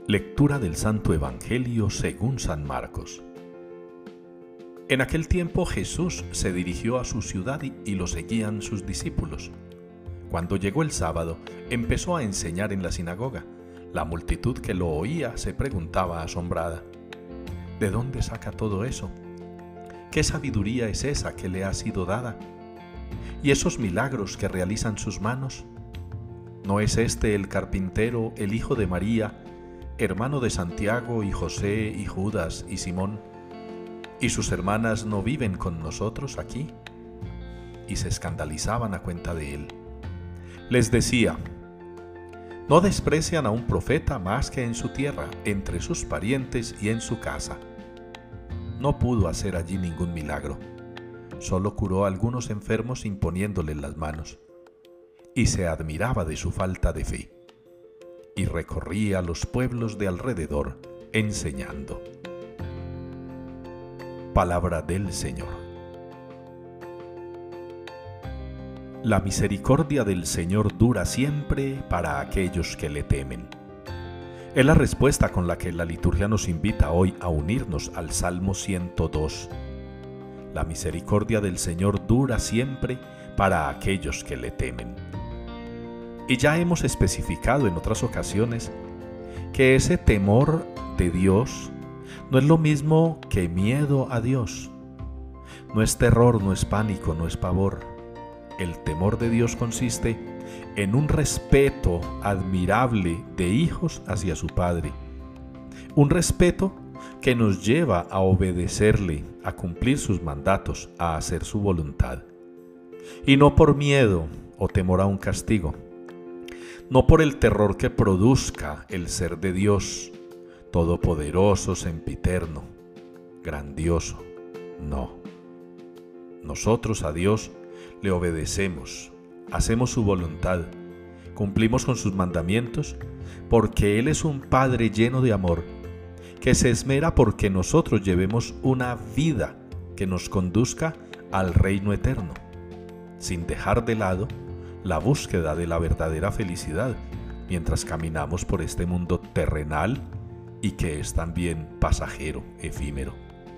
Lectura del Santo Evangelio según San Marcos. En aquel tiempo Jesús se dirigió a su ciudad y lo seguían sus discípulos. Cuando llegó el sábado, empezó a enseñar en la sinagoga. La multitud que lo oía se preguntaba asombrada: ¿de dónde saca todo eso? ¿Qué sabiduría es esa que le ha sido dada? ¿Y esos milagros que realizan sus manos? ¿No es este el carpintero, el hijo de María, hermano de Santiago y José y Judas y Simón? ¿Y sus hermanas no viven con nosotros aquí? Y se escandalizaban a cuenta de él. Les decía: no desprecian a un profeta más que en su tierra, entre sus parientes y en su casa. No pudo hacer allí ningún milagro, solo curó a algunos enfermos imponiéndoles las manos, y se admiraba de su falta de fe, y recorría los pueblos de alrededor enseñando. Palabra del Señor. La misericordia del Señor dura siempre para aquellos que le temen. Es la respuesta con la que la liturgia nos invita hoy a unirnos al Salmo 102. La misericordia del Señor dura siempre para aquellos que le temen. Y ya hemos especificado en otras ocasiones que ese temor de Dios no es lo mismo que miedo a Dios. No es terror, no es pánico, no es pavor. El temor de Dios consiste en un respeto admirable de hijos hacia su Padre. Un respeto que nos lleva a obedecerle, a cumplir sus mandatos, a hacer su voluntad. Y no por miedo o temor a un castigo. No por el terror que produzca el ser de Dios, todopoderoso, sempiterno, grandioso. No. Nosotros a Dios le obedecemos, hacemos su voluntad, cumplimos con sus mandamientos, porque Él es un Padre lleno de amor, que se esmera porque nosotros llevemos una vida que nos conduzca al reino eterno, sin dejar de lado la búsqueda de la verdadera felicidad mientras caminamos por este mundo terrenal y que es también pasajero, efímero.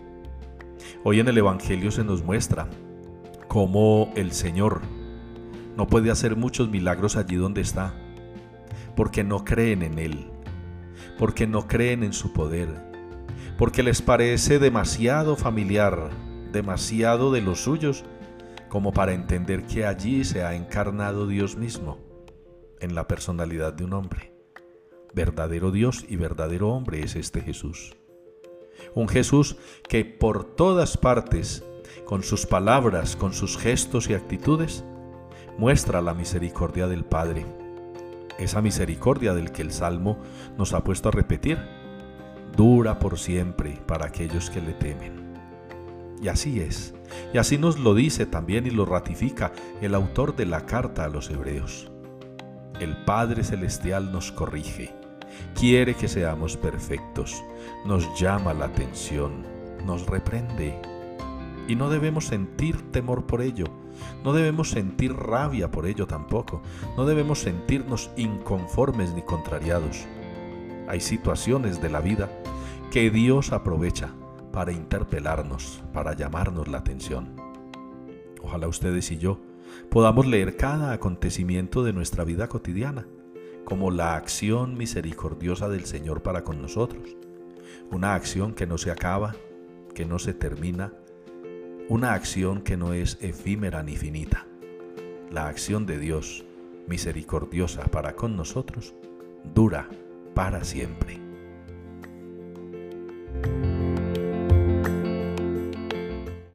Hoy en el Evangelio se nos muestra cómo el Señor no puede hacer muchos milagros allí donde está, porque no creen en Él, porque no creen en su poder, porque les parece demasiado familiar, demasiado de los suyos, como para entender que allí se ha encarnado Dios mismo, en la personalidad de un hombre. Verdadero Dios y verdadero hombre es este Jesús. Un Jesús que por todas partes, con sus palabras, con sus gestos y actitudes, muestra la misericordia del Padre. Esa misericordia del que el Salmo nos ha puesto a repetir, dura por siempre para aquellos que le temen. Y así es, y así nos lo dice también y lo ratifica el autor de la carta a los Hebreos. El Padre Celestial nos corrige, quiere que seamos perfectos, nos llama la atención, nos reprende. Y no debemos sentir temor por ello, no debemos sentir rabia por ello tampoco, no debemos sentirnos inconformes ni contrariados. Hay situaciones de la vida que Dios aprovecha para interpelarnos, para llamarnos la atención. Ojalá ustedes y yo podamos leer cada acontecimiento de nuestra vida cotidiana como la acción misericordiosa del Señor para con nosotros. Una acción que no se acaba, que no se termina, una acción que no es efímera ni finita. La acción de Dios misericordiosa para con nosotros dura para siempre.